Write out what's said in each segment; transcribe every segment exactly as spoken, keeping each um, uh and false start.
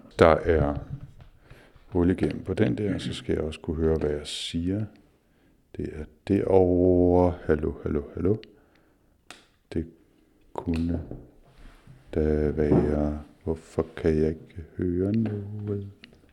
Der er hul igennem på den der, så skal jeg også kunne høre, hvad jeg siger. Det er derovre. Hallo, hallo, hallo. Det kunne da være... Hvorfor kan jeg ikke høre noget?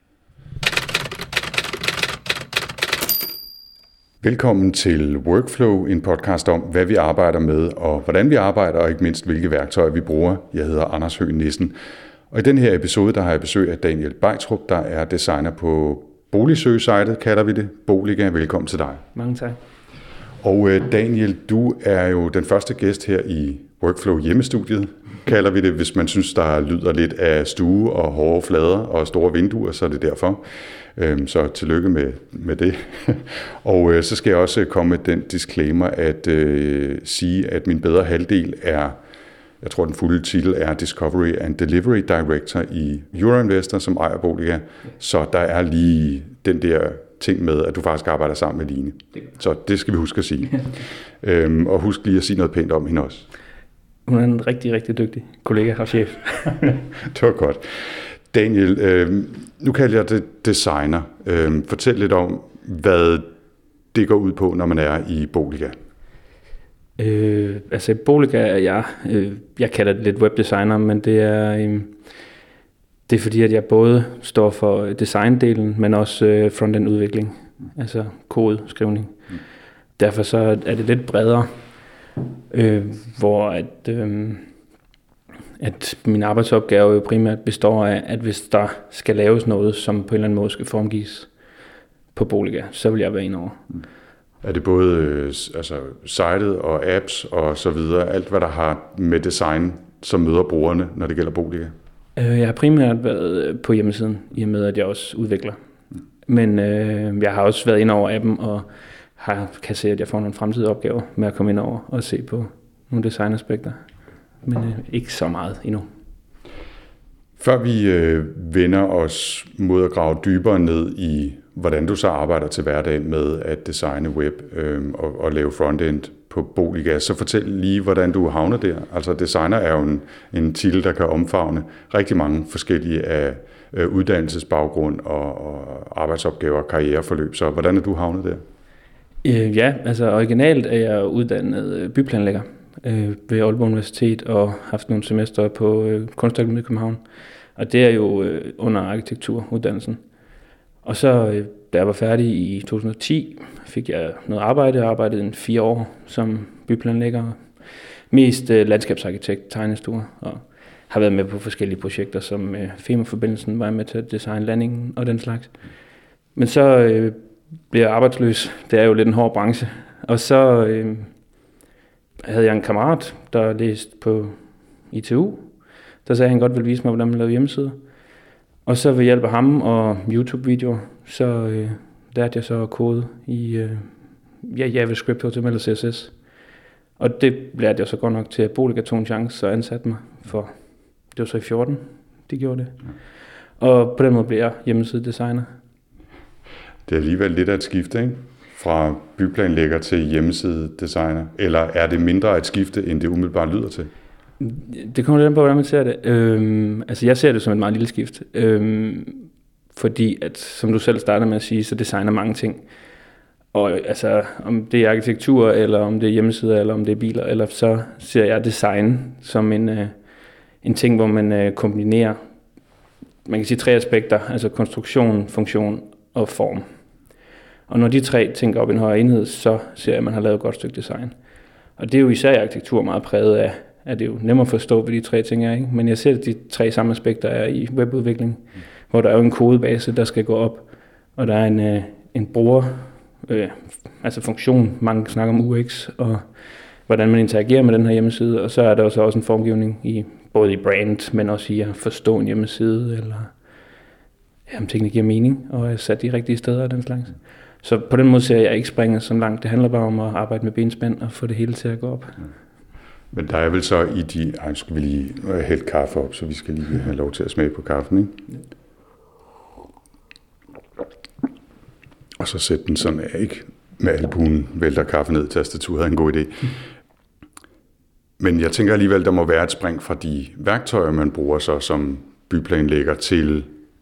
Velkommen til Workflow, en podcast om, hvad vi arbejder med, og hvordan vi arbejder, og ikke mindst, hvilke værktøjer vi bruger. Jeg hedder Anders Høgh Nissen, og i den her episode, der har jeg besøg af Daniel Beittrup, der er designer på boligsøgesitet, kalder vi det, Boliga. Velkommen til dig. Mange tak. Og Daniel, du er jo den første gæst her i Workflow hjemmestudiet, kalder vi det. Hvis man synes, der lyder lidt af stue og hårde flader og store vinduer, så er det derfor. Så tillykke med, med det. Og så skal jeg også komme med den disclaimer at øh, sige, at min bedre halvdel er, jeg tror den fulde titel er Discovery and Delivery Director i Euroinvestor, som ejer Boliga. Så der er lige den der ting med, at du faktisk arbejder sammen med Line. Så det skal vi huske at sige. øhm, og husk lige at sige noget pænt om hende også. Hun er en rigtig, rigtig dygtig kollega og chef. Det var godt. Daniel, øh, nu kalder jeg det designer. Øh, fortæl lidt om, hvad det går ud på, når man er i Boliga. Øh, altså i Boliga er jeg, øh, jeg kalder det lidt webdesigner, men det er, øh, det er fordi, at jeg både står for designdelen, men også øh, frontend udvikling, altså kodeskrivning. Mm. Derfor så er det lidt bredere, øh, hvor at... Øh, at min arbejdsopgave jo primært består af, at hvis der skal laves noget, som på en eller anden måde skal formgives på Boliga, så vil jeg være inde over. Er det både altså, sitet og apps og så videre, alt hvad der har med design, som møder brugerne, når det gælder Boliga? Jeg har primært været på hjemmesiden, i og med at jeg også udvikler. Men øh, jeg har også været inde over appen, og har, kan se, at jeg får nogle fremtidige opgaver med at komme ind over og se på nogle designaspekter. Men øh, ikke så meget endnu. Før vi øh, vender os mod at grave dybere ned i, hvordan du så arbejder til hverdag med at designe web øh, og, og lave frontend på Boliga, så fortæl lige, hvordan du havner der. Altså designer er jo en, en titel, der kan omfavne rigtig mange forskellige af øh, uddannelsesbaggrund og, og arbejdsopgaver og karriereforløb. Så hvordan er du havnet der? Øh, ja, altså originalt er jeg uddannet byplanlægger ved Aalborg Universitet og haft nogle semester på øh, Kunstakademiet i København. Og det er jo øh, under arkitekturuddannelsen. Og så, øh, da jeg var færdig i to tusind og ti, fik jeg noget arbejde. Jeg arbejdede en fire år som byplanlægger. Mest øh, landskabsarkitekt, tegnestuer. Og har været med på forskellige projekter, som øh, Femernforbindelsen var jeg med til at designe landingen og den slags. Men så øh, blev jeg arbejdsløs. Det er jo lidt en hård branche. Og så... Øh, havde jeg en kammerat, der læste på I T U, der sagde, at han godt ville vise mig, hvordan man lavede hjemmesider. Og så ved hjælp af ham og YouTube-videoer, så øh, lærte jeg så at kode i øh, ja, JavaScript, H T M L og C S S. Og det lærte jeg så godt nok til, at Boliga tog en chance og ansatte mig for, det var så i fjorten, de gjorde det. Og på den måde blev jeg hjemmesidedesigner. Det er alligevel lidt af et skifte, ikke? Fra byplanlægger til hjemmesidedesigner, eller er det mindre et skifte, end det umiddelbart lyder til? Det kommer lidt an på, hvordan man ser det. Øhm, altså jeg ser det som et meget lille skift, øhm, fordi at, som du selv starter med at sige, så designer mange ting. Og altså, om det er arkitektur, eller om det er hjemmesider, eller om det er biler, eller så ser jeg design som en, øh, en ting, hvor man øh, kombinerer, man kan sige tre aspekter, altså konstruktion, funktion og form. Og når de tre tænker op i en højere enhed, så ser jeg, at man har lavet et godt stykke design. Og det er jo især i arkitektur meget præget af, at det er jo nemmere at forstå, hvad de tre ting er. Ikke? Men jeg ser, at de tre samme aspekter er i webudvikling, mm. hvor der er jo en kodebase, der skal gå op, og der er en, øh, en bruger, øh, altså funktion, mange snakker om U X, og hvordan man interagerer med den her hjemmeside, og så er der også, også en formgivning, i både i brand, men også i at forstå en hjemmeside, eller ja, om tingene giver mening, og er sat de rigtige steder af den slags. Så på den måde ser jeg ikke springe så langt. Det handler bare om at arbejde med benspænd og få det hele til at gå op. Men der er vel så i de... Ej, nu skal vi lige hælde kaffe op, så vi skal lige have lov til at smage på kaffen, ikke? Ja. Og så sætte den sådan af, ikke? Med albuen vælter kaffe ned i tastaturet er en god idé. Men jeg tænker alligevel, der må være et spring fra de værktøjer, man bruger så som byplanlægger til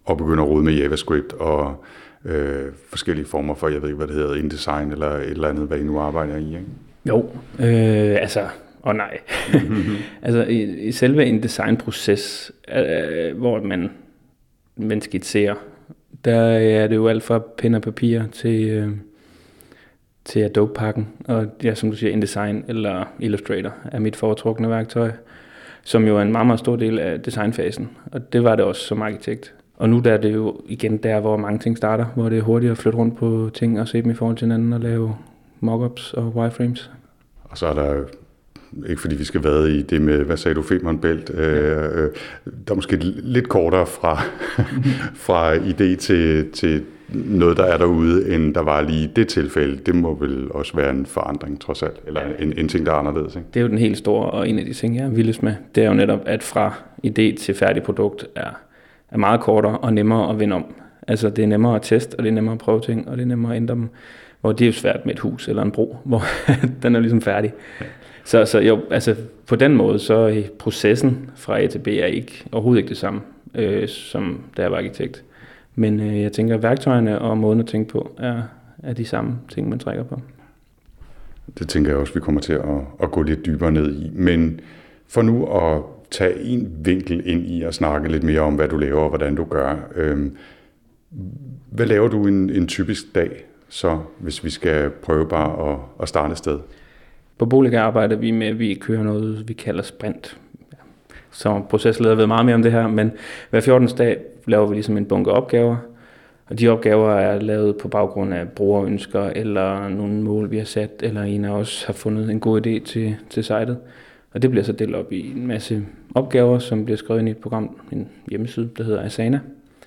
og begynder at rode med JavaScript og øh, forskellige former for, jeg ved ikke, hvad det hedder, InDesign eller et eller andet, hvad I nu arbejder i, ikke? Jo, øh, altså, åh oh nej. altså i, i selve en designproces, øh, hvor man, man skitserer, der er det jo alt fra pen og papir til, øh, til Adobe-pakken, og ja, som du siger, InDesign eller Illustrator er mit foretrukne værktøj, som jo er en meget, meget stor del af designfasen, og det var det også som arkitekt. Og nu der er det jo igen der, hvor mange ting starter, hvor det er hurtigt at flytte rundt på ting og se dem i forhold til hinanden og lave mockups og wireframes. Og så er der, ikke fordi vi skal vade i det med, hvad sagde du, Femern Bælt, ja. øh, der er måske lidt kortere fra, fra idé til, til noget, der er derude, end der var lige i det tilfælde. Det må vel også være en forandring, trods alt, eller en, en ting, der er anderledes, ikke? Det er jo den helt store, og en af de ting, jeg er vildest med, det er jo netop, at fra idé til færdig produkt er, er meget kortere og nemmere at vinde om. Altså, det er nemmere at teste, og det er nemmere at prøve ting, og det er nemmere at ændre dem. Hvor det er jo svært med et hus eller en bro, hvor den er ligesom færdig. Ja. Så, så jo, altså på den måde, så i processen fra A til B er ikke overhovedet ikke det samme, øh, som da jeg var arkitekt. Men øh, jeg tænker, at værktøjerne og måden at tænke på er, er de samme ting, man trækker på. Det tænker jeg også, vi kommer til at, at gå lidt dybere ned i. Men for nu at tage en vinkel ind i at snakke lidt mere om, hvad du laver og hvordan du gør. Øh, hvad laver du en, en typisk dag, så hvis vi skal prøve bare at, at starte et sted? På Boliga arbejder vi med, at vi kører noget, vi kalder sprint. Så procesleder ved meget mere om det her, men hver fjortende dag laver vi ligesom en bunke opgaver, og de opgaver er lavet på baggrund af brugerønsker, eller nogle mål, vi har sat, eller en af os har fundet en god idé til, til sitet. Og det bliver så delt op i en masse opgaver, som bliver skrevet ind i et program, en hjemmeside, der hedder Asana.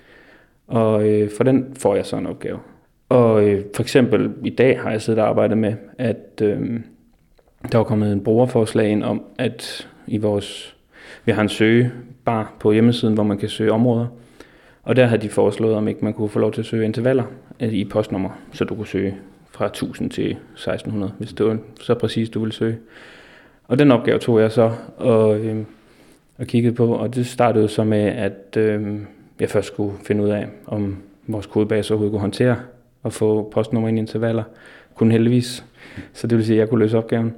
Og øh, for den får jeg så en opgave. Og øh, for eksempel i dag har jeg siddet og arbejdet med, at øh, der var kommet en brugerforslag ind om, at i vores, vi har en søgebar på hjemmesiden, hvor man kan søge områder. Og der havde de foreslået, om ikke man kunne få lov til at søge intervaller i postnummer, så du kunne søge fra tusind til seksten hundrede, hvis det var så præcis, du ville søge. Og den opgave tog jeg så og, øh, og kiggede på, og det startede så med, at øh, jeg først skulle finde ud af, om vores kodebase overhovedet kunne håndtere og få postnummer ind i intervaller. Kunne heldigvis. Så det vil sige, at jeg kunne løse opgaven.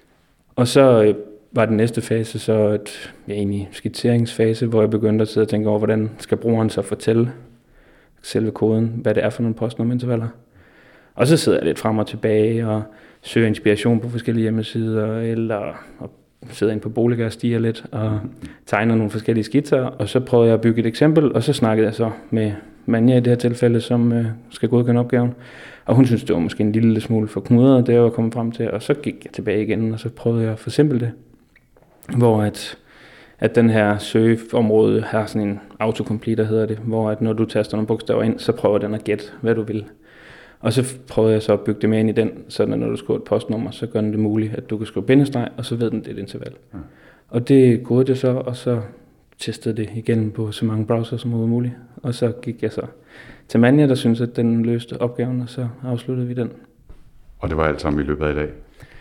Og så øh, var den næste fase så et, ja, en skitseringsfase, hvor jeg begyndte at sidde og tænke over, hvordan skal brugeren så fortælle selve koden, hvad det er for nogle postnummerintervaller. Og så sidder jeg lidt frem og tilbage og søger inspiration på forskellige hjemmesider, eller og sidder ind på Boliga og stiger lidt og tegner nogle forskellige skitser, og så prøvede jeg at bygge et eksempel, og så snakkede jeg så med Manja i det her tilfælde, som øh, skal godkende opgaven. Og hun synes, det var måske en lille smule for knudret, det jeg var kommet frem til, og så gik jeg tilbage igen, og så prøvede jeg at forsimple det. Hvor at, at den her søgeområde har sådan en autocomplete, hedder det, hvor at når du taster nogle bogstaver ind, så prøver den at gætte, hvad du vil. Og så prøvede jeg så at bygge det med ind i den, så når du skriver et postnummer, så gør den det muligt, at du kan skrive bindestreg, og så ved den, det er et interval. Ja. Og det gjorde det så, og så testede det igen på så mange browser som overhovedet muligt. Og så gik jeg så til Manja, der synes at den løste opgaven, og så afsluttede vi den. Og det var alt sammen i løbet af i dag?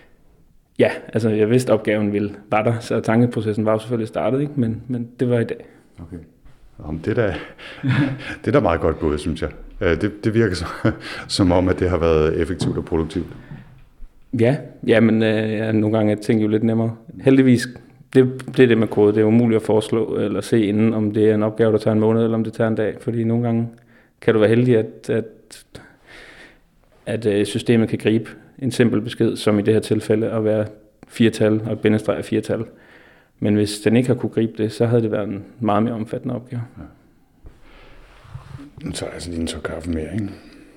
Ja, altså jeg vidste, at opgaven ville var der, så tankeprocessen var jo selvfølgelig startet, ikke? Men, men det var i dag. Okay. Jamen, det, er da, det er da meget godt gået, synes jeg. Det, det virker så, som om, at det har været effektivt og produktivt. Ja, ja men øh, ja, nogle gange er ting jo lidt nemmere. Heldigvis, det, det er det med kode. Det er umuligt at foreslå eller se inden, om det er en opgave, der tager en måned, eller om det tager en dag. Fordi nogle gange kan du være heldig, at, at, at systemet kan gribe en simpel besked, som i det her tilfælde at være firetal og et bindestreg af firetal. Men hvis den ikke har kunne gribe det, så havde det været en meget mere omfattende opgave. Ja. Nu tager jeg altså lige en tår kaffe mere, ikke?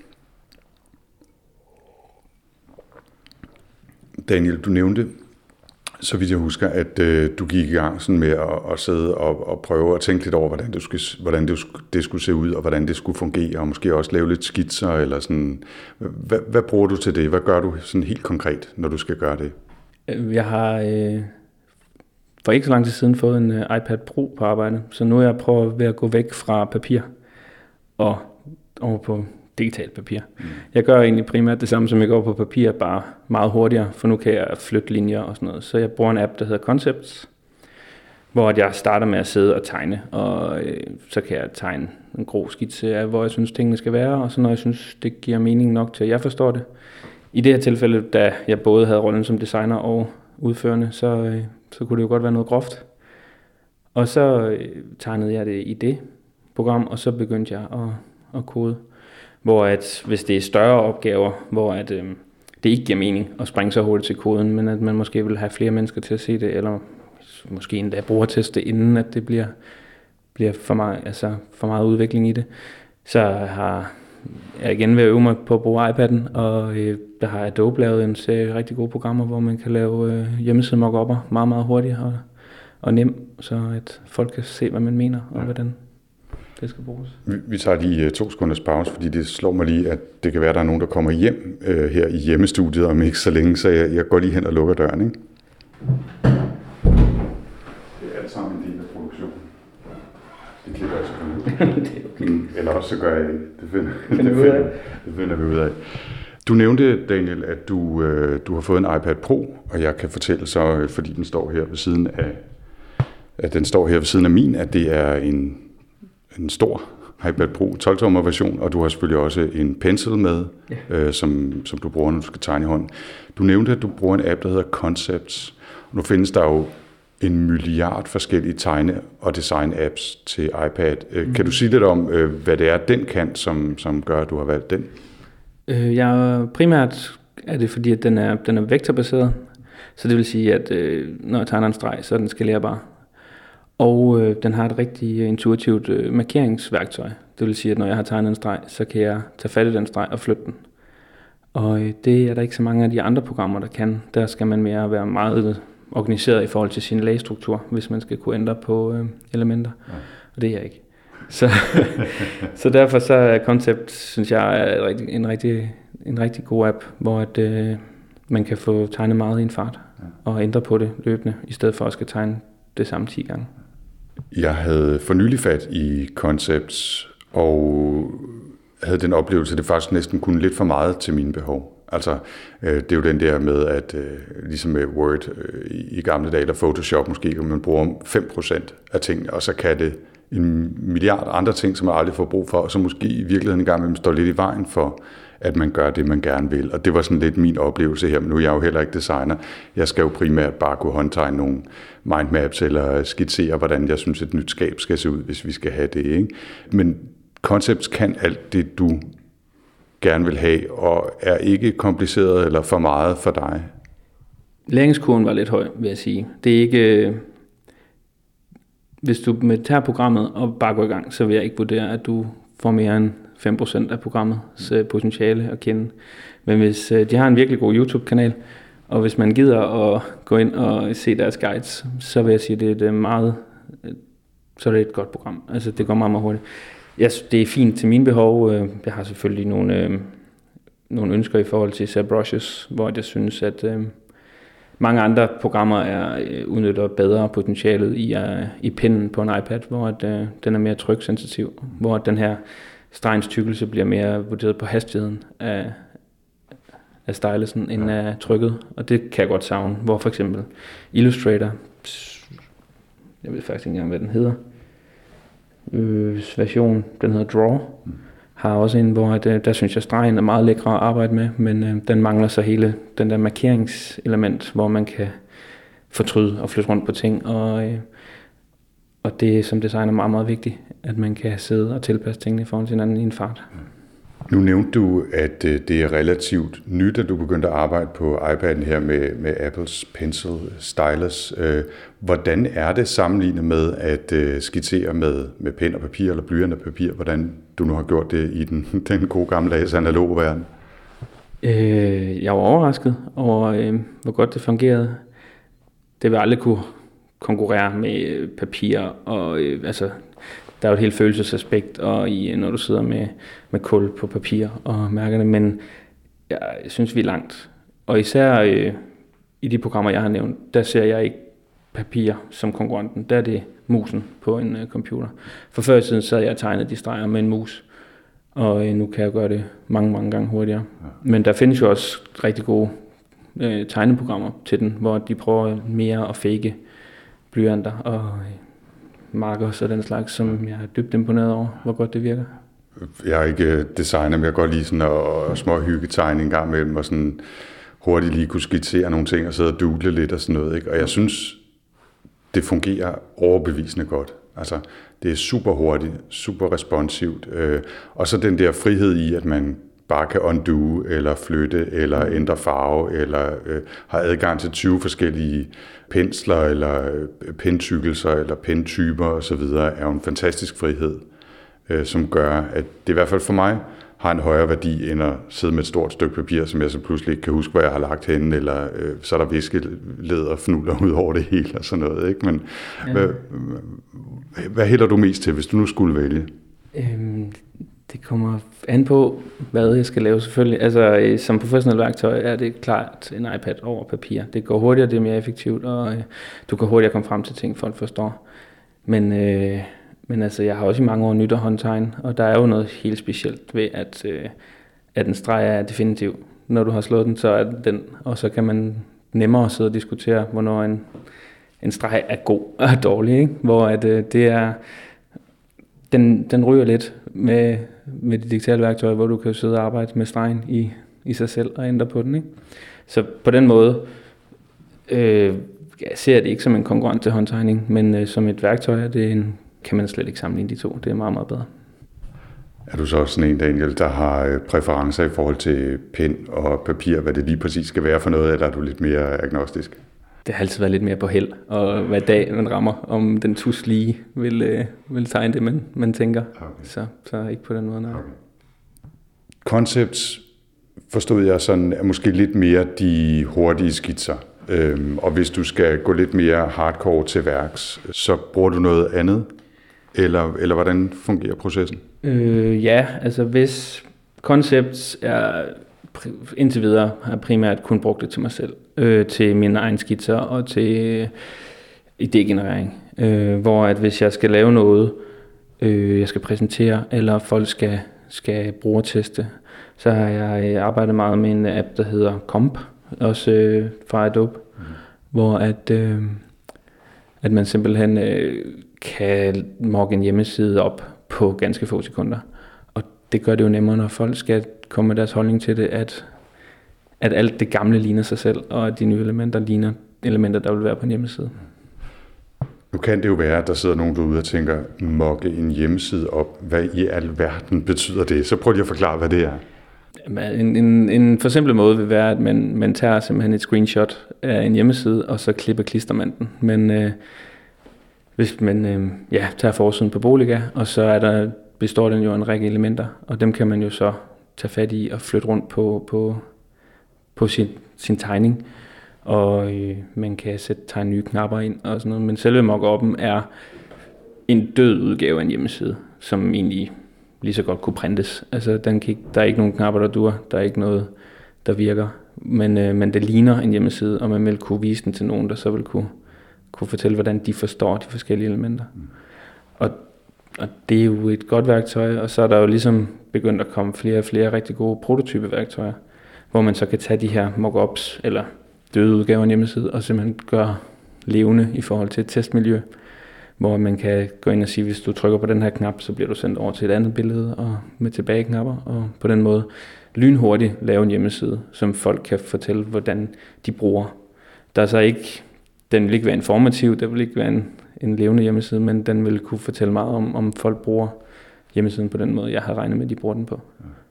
Daniel, du nævnte, så vidt jeg husker, at øh, du gik i gang sådan med at, at sidde og, og prøve at tænke lidt over, hvordan, det skulle, hvordan det, det skulle se ud, og hvordan det skulle fungere, og måske også lave lidt skitser, eller sådan. Hvad, hvad bruger du til det? Hvad gør du sådan helt konkret, når du skal gøre det? Jeg har øh, for ikke så lang tid siden fået en uh, iPad Pro på arbejde, så nu er jeg prøvet ved at gå væk fra papir og over på digitalt papir. Mm. Jeg gør egentlig primært det samme, som jeg går på papir, bare meget hurtigere, for nu kan jeg flytte linjer og sådan noget. Så jeg bruger en app, der hedder Concepts, hvor jeg starter med at sidde og tegne, og øh, så kan jeg tegne en grov skitse af, hvor jeg synes, tingene skal være, og så når jeg synes, det giver mening nok til, at jeg forstår det. I det her tilfælde, da jeg både havde rollen som designer og udførende, så, øh, så kunne det jo godt være noget groft. Og så øh, tegnede jeg det i det program, og så begyndte jeg at, at kode. Hvor at, hvis det er større opgaver, hvor at, øh, det ikke giver mening at springe så hurtigt til koden, men at man måske vil have flere mennesker til at se det, eller måske endda brugerteste, inden at det bliver, bliver for, meget, altså for meget udvikling i det, så har jeg igen ved at øve mig på at bruge iPad'en, og øh, der har Adobe lavet en serie rigtig gode programmer, hvor man kan lave øh, hjemmeside mock-up'er meget, meget hurtigt og, og nemt, så at folk kan se, hvad man mener og ja. hvordan det skal bruges. Vi, vi tager lige uh, to sekunders pause, fordi det slår mig lige, at det kan være, at der er nogen, der kommer hjem uh, her i hjemmestudiet om ikke så længe, så jeg, jeg går lige hen og lukker døren, ikke? Det er alt sammen en del af produktionen. Det klipper jeg selvfølgelig. Det er okay. Eller også så gør jeg ikke. Det finder, det finder, det finder vi ud af. Du nævnte, Daniel, at du, øh, du har fået en iPad Pro, og jeg kan fortælle så, fordi den står her ved siden af, at den står her ved siden af min, at det er en, en stor iPad Pro tolv tommer version, og du har selvfølgelig også en pencil med, ja. øh, som, som du bruger, når du skal tegne i hånden. Du nævnte, at du bruger en app, der hedder Concepts. Nu findes der jo en milliard forskellige tegne- og design-apps til iPad. Mm. Kan du sige lidt om, hvad det er, den kan, som, som gør, at du har valgt den? Øh, jeg primært er det, fordi at den er, den er vektorbaseret. Så det vil sige, at øh, når jeg tegner en streg, så er den skalerbar. Og øh, den har et rigtig intuitivt øh, markeringsværktøj. Det vil sige, at når jeg har tegnet en streg, så kan jeg tage fat i den streg og flytte den. Og øh, det er der ikke så mange af de andre programmer, der kan. Der skal man mere være meget organiseret i forhold til sin lagstruktur, hvis man skal kunne ændre på øh, elementer. Ja. Og det er jeg ikke. Så, så derfor så er Concept, synes jeg, er en, en, rigtig, en rigtig god app, hvor at, øh, man kan få tegnet meget i en fart, ja. og ændre på det løbende, i stedet for at skal tegne det samme ti gange. Jeg havde for nylig fat i Concepts, og havde den oplevelse, at det faktisk næsten kunne lidt for meget til mine behov. Altså, øh, det er jo den der med, at øh, ligesom med Word øh, i gamle dage, eller Photoshop måske, kan man bruge fem procent af tingene, og så kan det en milliard andre ting, som man aldrig får brug for, og så måske i virkeligheden en gang imellem står lidt i vejen for, at man gør det, man gerne vil. Og det var sådan lidt min oplevelse her, men nu er jeg jo heller ikke designer. Jeg skal jo primært bare kunne håndtegne nogle mindmaps, eller skitsere, hvordan jeg synes, et nyt skab skal se ud, hvis vi skal have det, ikke? Men Concepts kan alt det, du gerne vil have, og er ikke kompliceret eller for meget for dig? Læringskurven var lidt høj, vil jeg sige. Det er ikke... Hvis du med tager programmet og bare går i gang, så vil jeg ikke vurdere, at du får mere end fem procent af programmets potentiale at kende. Men hvis de har en virkelig god YouTube-kanal, og hvis man gider at gå ind og se deres guides, så vil jeg sige, at det er et meget... Så er det et godt program. Altså, det går meget, meget hurtigt. Ja, det er fint til mine behov. Jeg har selvfølgelig nogle, nogle ønsker i forhold til ZBrushes, hvor jeg synes, at mange andre programmer er udnytter bedre potentialet i, i pinden på en iPad, hvor at, den er mere tryksensitiv, hvor den her stregens tykkelse bliver mere vurderet på hastigheden af, af stylusen end af trykket, og det kan jeg godt savne, hvor for eksempel Illustrator, jeg ved faktisk ikke engang, hvad den hedder, øh, version, den hedder Draw, mm. har også en, hvor at, der synes jeg, stregen er meget lækre at arbejde med, men øh, den mangler så hele den der markeringselement, hvor man kan fortryde og flytte rundt på ting, og, øh, og det er som designer meget, meget vigtigt, at man kan sidde og tilpasse tingene i forhold til hinanden i en fart. Nu nævnte du, at det er relativt nyt, at du begyndte at arbejde på iPad'en her med, med Apples Pencil Stylus. Hvordan er det sammenlignet med at skitsere med, med pen og papir eller blyant og papir? Hvordan du nu har gjort det i den, den gode gammeldags analoge verden? Øh, jeg var overrasket over, øh, hvor godt det fungerede. Det vil aldrig kunne konkurrere med papir og øh, altså... Der er jo et helt følelsesaspekt, og i, når du sidder med, med kul på papir og mærkerne, men jeg synes, vi er langt. Og især øh, i de programmer, jeg har nævnt, der ser jeg ikke papir som konkurrenten. Der er det musen på en øh, computer. For før i tiden sad jeg og tegnede de streger med en mus, og øh, nu kan jeg gøre det mange, mange gange hurtigere. Ja. Men der findes jo også rigtig gode øh, tegneprogrammer til den, hvor de prøver mere at fake blyanter og markers og den slags, som jeg er dybt imponeret over, hvor godt det virker. Jeg er ikke designer, men jeg kan godt lide sådan at, at små hyggetegne en gang imellem, og sådan hurtigt lige kunne skitsere nogle ting og sidde og doodle lidt og sådan noget. Ikke? Og jeg synes, det fungerer overbevisende godt. Altså, det er super hurtigt, super responsivt. Øh, og så den der frihed i, at man bare kan undo, eller flytte, eller ændre farve, eller øh, har adgang til tyve forskellige pensler, eller øh, pentykkelser, eller pentyper osv., er jo en fantastisk frihed, øh, som gør, at det i hvert fald for mig har en højere værdi, end at sidde med et stort stykke papir, som jeg så pludselig ikke kan huske, hvor jeg har lagt henne, eller øh, så er der viskeled og fnuller ud over det hele, og sådan noget. Ikke? Men ja. hvad, hvad hælder du mest til, hvis du nu skulle vælge? Øhm, det kommer an på, hvad jeg skal lave selvfølgelig. Altså, som professionel værktøj er det klart en iPad over papir. Det går hurtigere, det er mere effektivt, og øh, du kan hurtigere komme frem til ting, folk forstår. Men... Øh, Men altså, jeg har også i mange år nyttet håndtegn, og der er jo noget helt specielt ved, at, øh, at en streg er definitiv. Når du har slået den, så er den, og så kan man nemmere sidde og diskutere, hvornår en, en streg er god og dårlig, ikke? Hvor at, øh, det er, den, den ryger lidt med, med de digitale værktøjer, hvor du kan sidde og arbejde med stregen i, i sig selv og ændre på den, ikke? Så på den måde øh, jeg ser jeg det ikke som en konkurrent til håndtegning, men øh, som et værktøj er det en kan man slet ikke sammenligne de to. Det er meget, meget bedre. Er du så også sådan en, Daniel, der har præferencer i forhold til pen og papir, hvad det lige præcis skal være for noget, eller er du lidt mere agnostisk? Det har altid været lidt mere på held, og hvad dag man rammer, om den tus lige vil, øh, vil tegne det, man, man tænker. Okay. Så, så ikke på den måde, nej. Okay. Concepts forstod jeg sådan, er måske lidt mere de hurtige skitser. Øhm, og hvis du skal gå lidt mere hardcore til værks, så bruger du noget andet? Eller, eller hvordan fungerer processen? Øh, ja, altså hvis Concepts er indtil videre har jeg primært kun brugt det til mig selv, øh, til mine egne skitser og til idégenerering. Øh, hvor at hvis jeg skal lave noget, øh, jeg skal præsentere, eller folk skal, skal brugerteste, så har jeg arbejdet meget med en app, der hedder Comp, også øh, fra Adobe, mm. hvor at, øh, at man simpelthen øh, kan mocke en hjemmeside op på ganske få sekunder. Og det gør det jo nemmere, når folk skal komme med deres holdning til det, at, at alt det gamle ligner sig selv, og at de nye elementer ligner elementer, der vil være på en hjemmeside. Nu kan det jo være, at der sidder nogen derude og tænker, mocke en hjemmeside op. Hvad i alverden betyder det? Så prøv lige at forklare, hvad det er. En, en, en forsimplet måde vil være, at man, man tager simpelthen et screenshot af en hjemmeside, og så klipper klister man den. Men øh, hvis man øh, ja, tager forsiden på Boliga, og så er der, består den jo en række elementer, og dem kan man jo så tage fat i og flytte rundt på, på, på sin, sin tegning. Og øh, man kan sætte tegne nye knapper ind og sådan noget. Men selve mock-up'en er en død udgave af en hjemmeside, som egentlig lige så godt kunne printes. Altså, den kan ikke, der er ikke nogen knapper, der dur. Der er ikke noget, der virker. Men, øh, men det ligner en hjemmeside, og man vil kunne vise den til nogen, der så vil kunne, kunne fortælle, hvordan de forstår de forskellige elementer. Mm. Og, og det er jo et godt værktøj, og så er der jo ligesom begyndt at komme flere og flere rigtig gode prototypeværktøjer, hvor man så kan tage de her mock-ups, eller døde udgaver af en hjemmeside, og simpelthen gøre levende i forhold til et testmiljø, hvor man kan gå ind og sige, hvis du trykker på den her knap, så bliver du sendt over til et andet billede og med tilbageknapper, og på den måde lynhurtigt lave en hjemmeside, som folk kan fortælle, hvordan de bruger. Der er så ikke, den vil ikke være informativ, der vil ikke være en, en levende hjemmeside, men den vil kunne fortælle meget om, om folk bruger hjemmesiden på den måde, jeg har regnet med, at de bruger den på.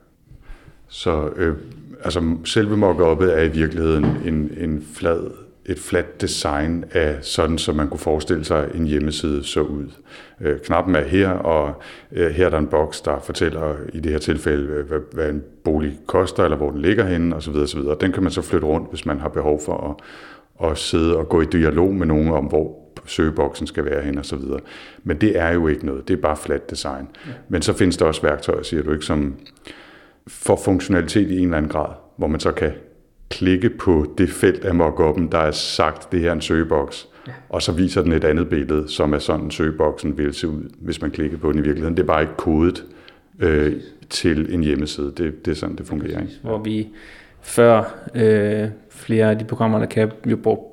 Så øh, altså selve mock-up'et er i virkeligheden en, en flad, et fladt design af sådan, som man kunne forestille sig, en hjemmeside så ud. Øh, knappen er her, og øh, her er der en boks, der fortæller i det her tilfælde, hvad, hvad en bolig koster, eller hvor den ligger henne, osv. osv. Den kan man så flytte rundt, hvis man har behov for at, at sidde og gå i dialog med nogen om, hvor søgeboksen skal være henne, osv. Men det er jo ikke noget, det er bare fladt design. Ja. Men så findes der også værktøjer, siger du ikke, som for funktionalitet i en eller anden grad, hvor man så kan klikke på det felt af mock-up'en, der er sagt, det her er en søgeboks, ja. Og så viser den et andet billede, som er sådan, søgeboksen vil se ud, hvis man klikker på den i virkeligheden. Det er bare ikke kodet øh, til en hjemmeside. Det, det er sådan, det fungerer. Ikke? Hvor vi før øh, flere af de programmer, der kan jo bruge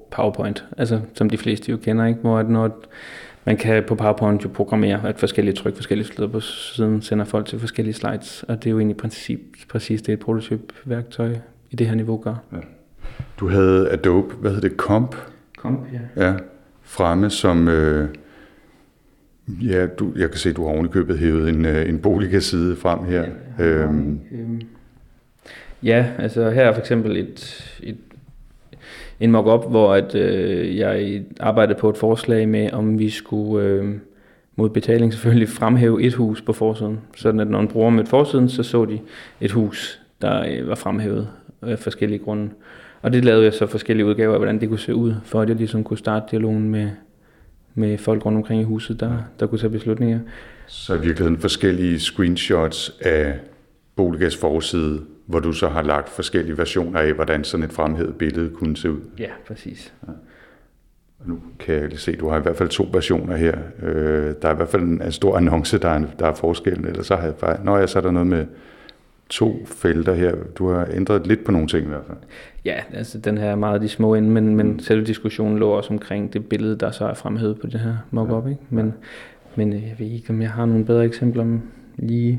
PowerPoint, altså som de fleste jo kender, ikke? Hvor at når man kan på PowerPoint jo programmere et forskellige tryk, forskellige steder på siden, sender folk til forskellige slides, og det er jo egentlig i princip præcis det, et prototype-værktøj i det her niveau gør. Ja. Du havde Adobe, hvad hedder det, Comp? Comp, ja. Ja, fremme som, øh, ja, du, jeg kan se, du har ovenikøbet hævet en, en Boliga-side frem her. Ja, øhm. øhm, ja, altså her er for eksempel et, et en mock-up, hvor at, øh, jeg arbejdede på et forslag med, om vi skulle øh, mod betaling selvfølgelig fremhæve et hus på forsiden. Sådan at når en bruger mødte forsiden, så så de et hus, der øh, var fremhævet af forskellige grunde. Og det lavede jeg så forskellige udgaver af, hvordan det kunne se ud, for at jeg ligesom kunne starte dialogen med, med folk rundt omkring i huset, der, der kunne tage beslutninger. Så i virkeligheden forskellige screenshots af Boligas forside, hvor du så har lagt forskellige versioner af, hvordan sådan et fremhævet billede kunne se ud. Ja, præcis. Ja. Og nu kan jeg lige se, at du har i hvert fald to versioner her. Øh, der er i hvert fald en, en stor annonce, der er, der er forskellen. Eller så har jeg bare, nå ja, så er der noget med to felter her. Du har ændret lidt på nogle ting i hvert fald. Ja, altså den her er meget de små inde, men, men selve diskussionen lå også omkring det billede, der så er fremhævet på det her mock-up. Ja. Ikke? Men, men jeg ved ikke, om jeg har nogle bedre eksempler om lige...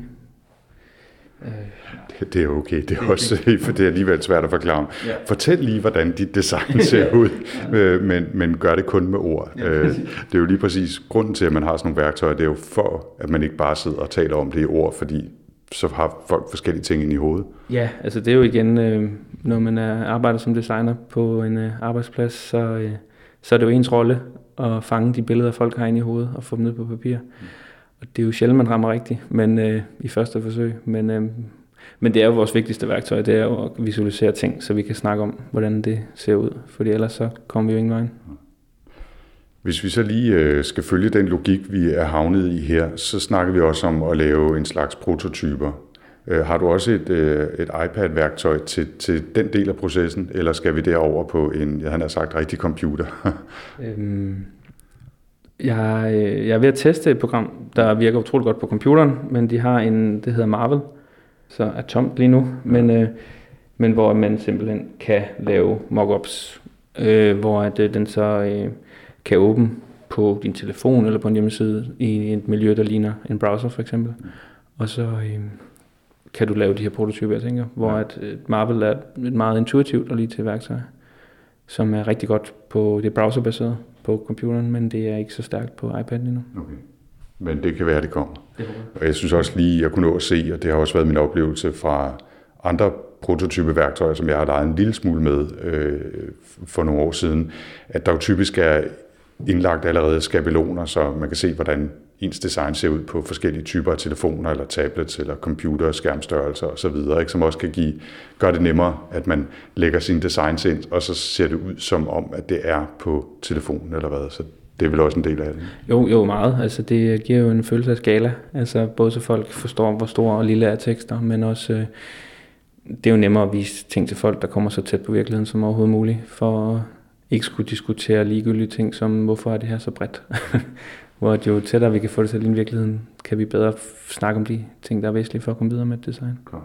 Det, det er okay, det er også, for det er alligevel svært at forklare. Ja. Fortæl lige, hvordan dit design ser ud, ja. men, men gør det kun med ord. Ja, det er jo lige præcis grunden til, at man har sådan nogle værktøjer, det er jo for, at man ikke bare sidder og taler om det i ord, fordi så har folk forskellige ting ind i hovedet. Ja, altså det er jo igen, når man arbejder som designer på en arbejdsplads, så, så er det jo ens rolle at fange de billeder, folk har inde i hovedet og få dem ned på papir. Mm. Og det er jo sjældent, man rammer rigtigt, men øh, i første forsøg. Men, øh, men det er jo vores vigtigste værktøj, det er jo at visualisere ting, så vi kan snakke om, hvordan det ser ud. Fordi ellers så kommer vi jo ingen vejen. Hvis vi så lige øh, skal følge den logik, vi er havnet i her, så snakker vi også om at lave en slags prototyper. Øh, har du også et, øh, et iPad-værktøj til, til den del af processen, eller skal vi derover på en, jeg har sagt, rigtig computer? øhm Jeg, jeg er ved at teste et program, der virker utroligt godt på computeren, men de har en, det hedder Marvel, så er tomt lige nu, men, øh, men hvor man simpelthen kan lave mockups, øh, hvor at, øh, den så øh, kan åbne på din telefon eller på en hjemmeside i et miljø, der ligner en browser for eksempel. Og så øh, kan du lave de her prototyper, jeg tænker, hvor at, øh, Marvel er et meget intuitivt og lige til værktøj, som er rigtig godt på det browserbaseret på computeren, men det er ikke så stærkt på iPad endnu. Okay. Men det kan være, det kommer. Det og jeg synes også lige, jeg kunne nå at se, og det har også været min oplevelse fra andre prototype værktøjer, som jeg har leget en lille smule med øh, for nogle år siden, at der jo typisk er indlagt allerede skabeloner, så man kan se, hvordan ens design ser ud på forskellige typer af telefoner, eller tablets, eller computer, skærmstørrelser osv., ikke? Som også kan give, gøre det nemmere, at man lægger sine designs ind, og så ser det ud som om, at det er på telefonen eller hvad. Så det er vel også en del af det. Jo, jo meget. Altså, det giver jo en følelse af skala. Altså, både så folk forstår, hvor store og lille er tekster, men også øh, det er jo nemmere at vise ting til folk, der kommer så tæt på virkeligheden som overhovedet muligt, for at ikke skulle diskutere ligegyldige ting, som hvorfor er det her så bredt. Hvor jo tættere vi kan få det til i virkeligheden, kan vi bedre snakke om de ting, der er væsentlige for at komme videre med et design. Klar.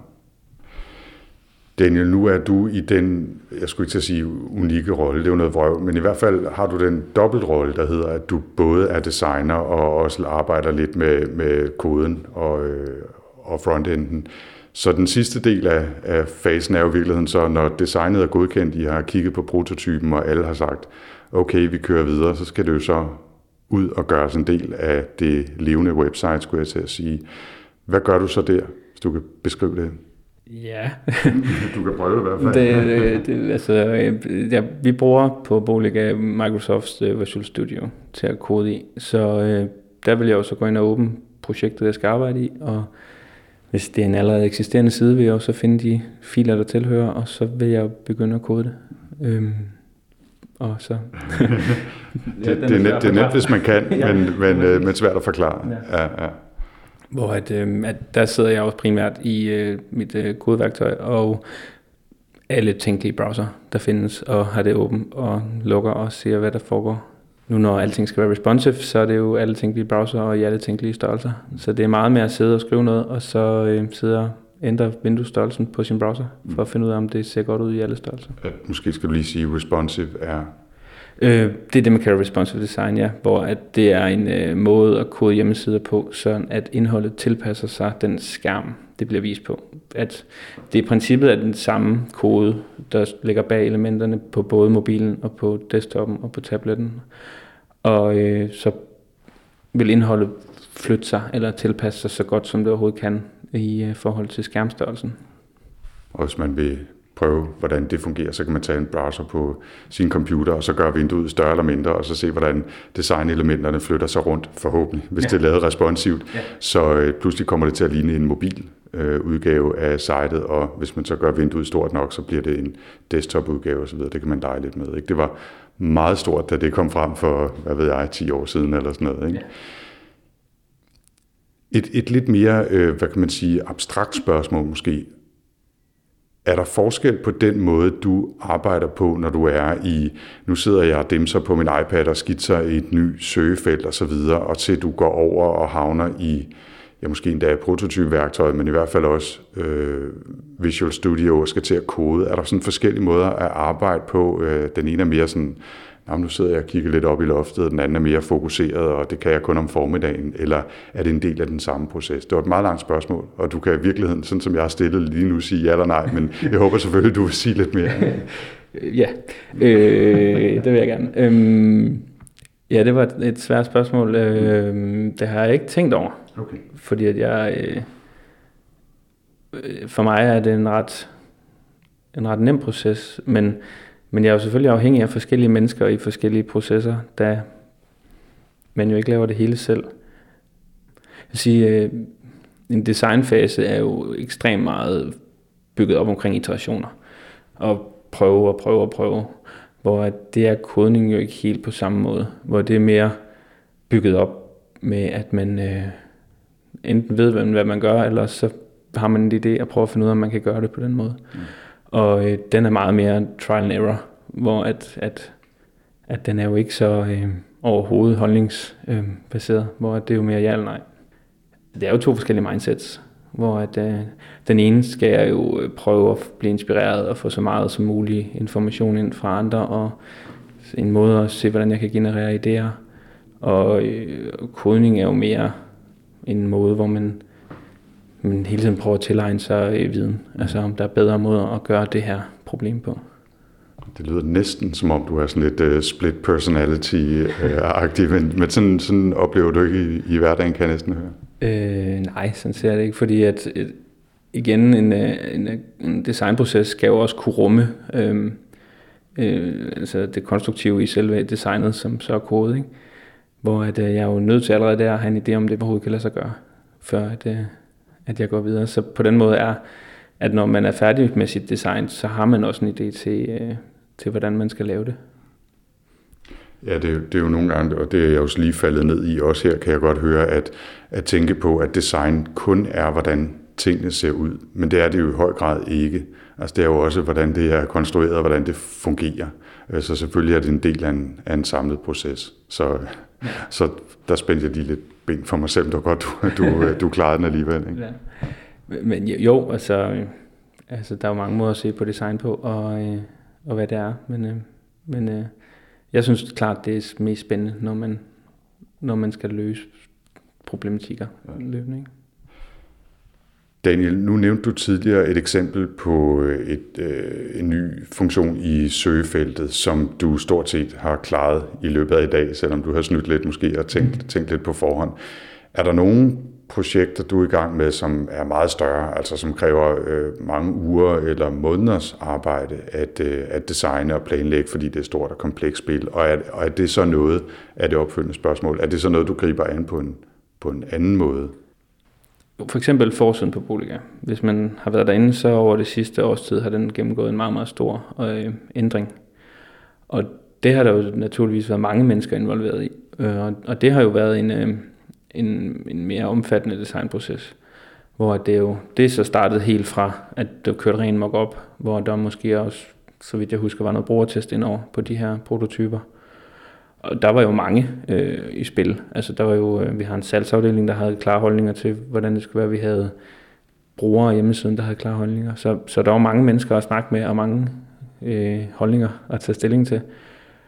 Daniel, nu er du i den, jeg skulle ikke til at sige unikke rolle, det er jo noget vrøvl, men i hvert fald har du den dobbeltrolle, der hedder, at du både er designer og også arbejder lidt med, med koden og, øh, og frontenden. Så den sidste del af, af fasen er jo i virkeligheden så, når designet er godkendt, I har kigget på prototypen, og alle har sagt, okay, vi kører videre, så skal det jo så ud og gøre sådan en del af det levende website, skulle jeg til at sige. Hvad gør du så der, hvis du kan beskrive det? Ja. Du kan prøve i hvert fald. Det, det, altså, ja, vi bruger på Boliga Microsofts Visual Studio til at kode i, så øh, der vil jeg også gå ind og åbne projektet, jeg skal arbejde i, og hvis det er en allerede eksisterende side, vil jeg også finde de filer, der tilhører, og så vil jeg begynde at kode det. Øhm, og så... det, ja, det, er net, det er nemt, hvis man kan, ja. men, men, øh, men svært at forklare. Ja. Ja, ja. Hvor at, øh, at der sidder jeg også primært i øh, mit øh, kodeværktøj, og alle tænkelige browser, der findes, og har det åbent, og lukker og ser, hvad der foregår. Nu når alting skal være responsive, så er det jo alle tænkelige browser og i alle tænkelige størrelser. Så det er meget med at sidde og skrive noget, og så øh, sidde og ændre vinduesstørrelsen på sin browser, for at finde ud af, om det ser godt ud i alle størrelser. Ja, måske skal du lige sige, responsive er... Øh, det er det, man kalder responsive design, ja, hvor at det er en øh, måde at kode hjemmesider på, så at indholdet tilpasser sig den skærm, det bliver vist på. At det i princippet er den samme kode, der ligger bag elementerne på både mobilen og på desktopen og på tabletten. Og øh, så vil indholdet flytte sig eller tilpasse sig så godt, som det overhovedet kan i øh, forhold til skærmstørrelsen. Og hvis man vil prøve, hvordan det fungerer, så kan man tage en browser på sin computer, og så gøre vinduet større eller mindre, og så se, hvordan designelementerne flytter sig rundt, forhåbentlig, hvis ja. det er lavet responsivt. Ja. Så øh, pludselig kommer det til at ligne en mobil øh, udgave af sitet, og hvis man så gør vinduet stort nok, så bliver det en desktop-udgave osv. Det kan man lege lidt med. Ikke? Det var meget stort, da det kom frem for, hvad ved jeg, ti år siden eller sådan noget. Ikke? Ja. Et, et lidt mere, øh, hvad kan man sige, abstrakt spørgsmål måske. Er der forskel på den måde, du arbejder på, når du er i, nu sidder jeg og dimser på min iPad og skitser i et nyt søgefelt og så videre, og til du går over og havner i, ja måske endda prototypeværktøjet, men i hvert fald også øh, Visual Studio og skal til at kode. Er der sådan forskellige måder at arbejde på? Øh, den ene er mere sådan, nu sidder jeg og kigger lidt op i loftet, og den anden er mere fokuseret, og det kan jeg kun om formiddagen, eller er det en del af den samme proces? Det var et meget langt spørgsmål, og du kan i virkeligheden, sådan som jeg har stillet lige nu, sige ja eller nej, men jeg håber selvfølgelig, du vil sige lidt mere. Ja, øh, det vil jeg gerne. Øhm, ja, det var et, et svært spørgsmål. Øhm, det har jeg ikke tænkt over, okay. Fordi at jeg, øh, for mig er det en ret, en ret nem proces, men Men jeg er jo selvfølgelig afhængig af forskellige mennesker i forskellige processer, da man jo ikke laver det hele selv. Jeg vil sige, en designfase er jo ekstremt meget bygget op omkring iterationer. Og prøve og prøve og prøve. Hvor det er kodning jo ikke helt på samme måde. Hvor det er mere bygget op med, at man øh, enten ved, hvad man gør, eller så har man en idé og prøver at finde ud af, om man kan gøre det på den måde. Mm. Og øh, den er meget mere trial and error, hvor at, at, at den er jo ikke så øh, overhovedet holdningsbaseret, øh, hvor det er jo mere ja eller nej. Det er jo to forskellige mindsets, hvor at, øh, den ene skal jeg jo prøve at blive inspireret og få så meget som muligt information ind fra andre, og en måde at se, hvordan jeg kan generere idéer. Og øh, kodning er jo mere en måde, hvor man men hele tiden prøver at tilegne sig øh, viden. Altså om der er bedre måder at gøre det her problem på. Det lyder næsten som om du er sådan lidt uh, split personality-agtig, uh, men, men sådan, sådan oplever du ikke i, i hverdagen, kan jeg næsten høre. Øh, nej, sådan ser jeg det ikke, fordi at et, igen en, en, en designproces skal jo også kunne rumme øh, øh, altså det konstruktive i selve designet, som så er kode, ikke? Hvor at, øh, jeg er jo nødt til allerede der at have en idé om det overhovedet kan lade sig gøre, før at øh, at jeg går videre. Så på den måde er, at når man er færdig med sit design, så har man også en idé til, øh, til hvordan man skal lave det. Ja, det er, det er jo nogle gange, og det er jeg jo lige faldet ned i også her, kan jeg godt høre, at, at tænke på, at design kun er, hvordan tingene ser ud. Men det er det jo i høj grad ikke. Altså det er jo også, hvordan det er konstrueret, og hvordan det fungerer. Så selvfølgelig er det en del af en, af en samlet proces. Så, så der spændte jeg lige lidt ben for mig selv, det var godt, du, du, du klarede den alligevel. Ikke? Ja. Men jo, altså, altså der er jo mange måder at se på design på, og, og hvad det er. Men, men jeg synes klart, det er mest spændende, når man, når man skal løse problematikker løbende. Ikke? Daniel, nu nævnte du tidligere et eksempel på et, øh, en ny funktion i søgefeltet, som du stort set har klaret i løbet af i dag, selvom du har snydt lidt måske og tænkt, tænkt lidt på forhånd. Er der nogle projekter, du er i gang med, som er meget større, altså som kræver øh, mange uger eller måneders arbejde at, øh, at designe og planlægge, fordi det er et stort og komplekst spil? Og er, og er det så noget af det opfølgende spørgsmål? Er det så noget, du griber an på en, på en anden måde? For eksempel forsiden på Boliga. Hvis man har været derinde, så over det sidste års tid har den gennemgået en meget, meget stor øh, ændring. Og det har der jo naturligvis været mange mennesker involveret i. Øh, og det har jo været en, øh, en, en mere omfattende designproces, hvor det jo det så startede helt fra, at det kørte ren mock-up, hvor der måske også, så vidt jeg husker, var noget brugertest indover på de her prototyper. Og der var jo mange øh, i spil. Altså der var jo, øh, vi har en salgsafdeling, der havde klare holdninger til, hvordan det skulle være. Vi havde brugere af hjemmesiden, der havde klare holdninger. Så, så der var mange mennesker at snakke med, og mange øh, holdninger at tage stilling til.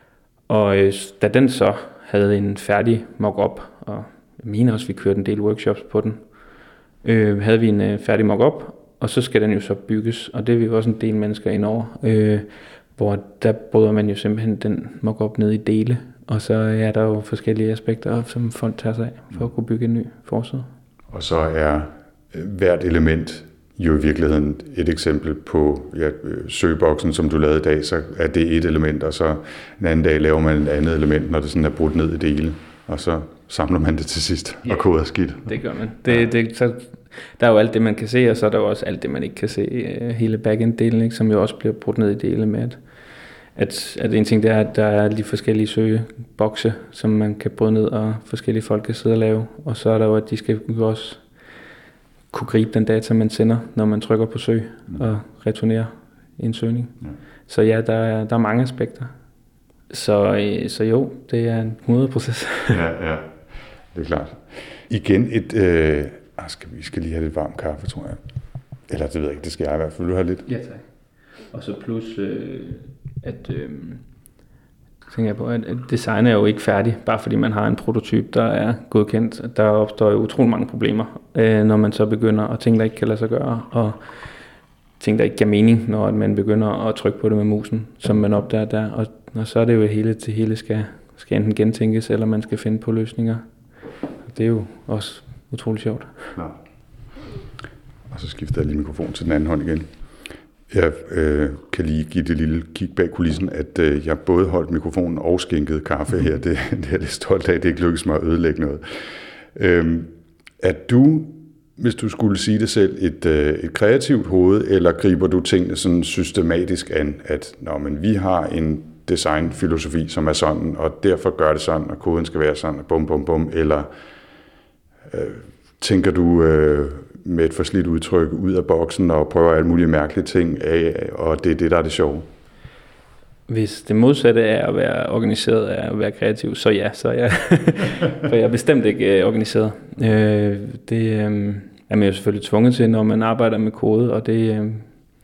Og øh, da den så havde en færdig mock-up, og jeg mener også, vi kørte en del workshops på den, øh, havde vi en øh, færdig mock-up, og så skal den jo så bygges, og det er vi jo også en del mennesker indover, øh, hvor der bryder man jo simpelthen den mock-up ned i dele, og så er der jo forskellige aspekter, som folk tager sig af for at kunne bygge en ny forside. Og så er hvert element jo i virkeligheden et eksempel på ja, søgeboksen, som du lavede i dag, så er det et element, og så en anden dag laver man et andet element, når det sådan er brudt ned i dele, og så samler man det til sidst og koder skidt. Det gør man. Det, det, så, der er jo alt det, man kan se, og så er der jo også alt det, man ikke kan se, hele backend-delen, ikke, som jo også bliver brudt ned i dele med, at, at, at en ting det er, at der er de forskellige søgebokse, som man kan bryde ned, og forskellige folk kan sidde og lave, og så er der jo, at de skal jo også kunne gribe den data, man sender, når man trykker på søg og returnerer en søgning. Ja. Så ja, der er, der er mange aspekter. Så, så jo, det er en hundrede proces. Ja, ja, det er klart. Igen et... Øh, skal vi skal lige have lidt varm kaffe, tror jeg. Eller det ved jeg ikke, det skal jeg i hvert fald. Vil du have lidt? Ja, tak. Og så plus, øh, at... Øh, tænker jeg på, at design er jo ikke færdig, bare fordi man har en prototyp, der er godkendt. Der opstår jo utrolig mange problemer, når man så begynder, og ting, der ikke kan lade sig gøre, og ting, der ikke giver mening, når man begynder at trykke på det med musen, som man opdager der. Og, og så er det jo, at hele til hele skal, skal enten gentænkes, eller man skal finde på løsninger. Og det er jo også utrolig sjovt. Ja. Og så skifter jeg lige mikrofon til den anden hånd igen. Jeg øh, kan lige give det lille kig bag kulissen, at øh, jeg både holdt mikrofonen og skænkede kaffe her. Det, det er det stolt af, det ikke lykkedes mig at ødelægge noget. Øhm, er du, hvis du skulle sige det selv, et, øh, et kreativt hoved, eller griber du tingene sådan systematisk an, at nå, men vi har en designfilosofi, som er sådan, og derfor gør det sådan, og koden skal være sådan, og bum, bum, bum, eller øh, tænker du... Øh, med et forslidt udtryk ud af boksen og prøver alle mulige mærkelige ting af, og det er det, der er det sjove. Hvis det modsatte er at være organiseret, er at være kreativ, så ja, så ja. For jeg er bestemt ikke øh, organiseret. Øh, det øh, er man jo selvfølgelig tvunget til, når man arbejder med kode, og det, øh,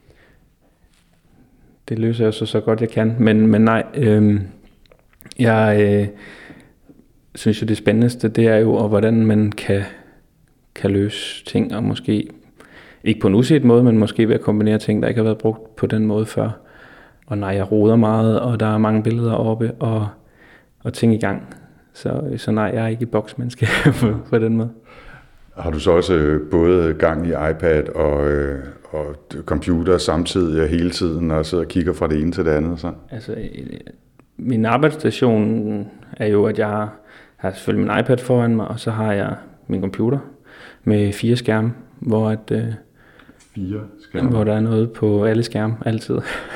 det løser jeg så så godt jeg kan. Men, men nej, øh, jeg øh, synes jo det spændendste, det er jo, hvordan man kan kan løse ting, og måske ikke på en uset måde, men måske ved at kombinere ting, der ikke har været brugt på den måde før. Og nej, jeg roder meget, og der er mange billeder oppe, og, og ting i gang. Så, så nej, jeg er ikke boksmenneske på, på den måde. Har du så også både gang i iPad og, og computer samtidig og hele tiden, og sidder og kigger fra det ene til det andet? Så? Altså, min arbejdsstation er jo, at jeg har, har selvfølgelig min iPad foran mig, og så har jeg min computer med fire skærme, hvor at øh, fire skærme. Hvor der er noget på alle skærme altid.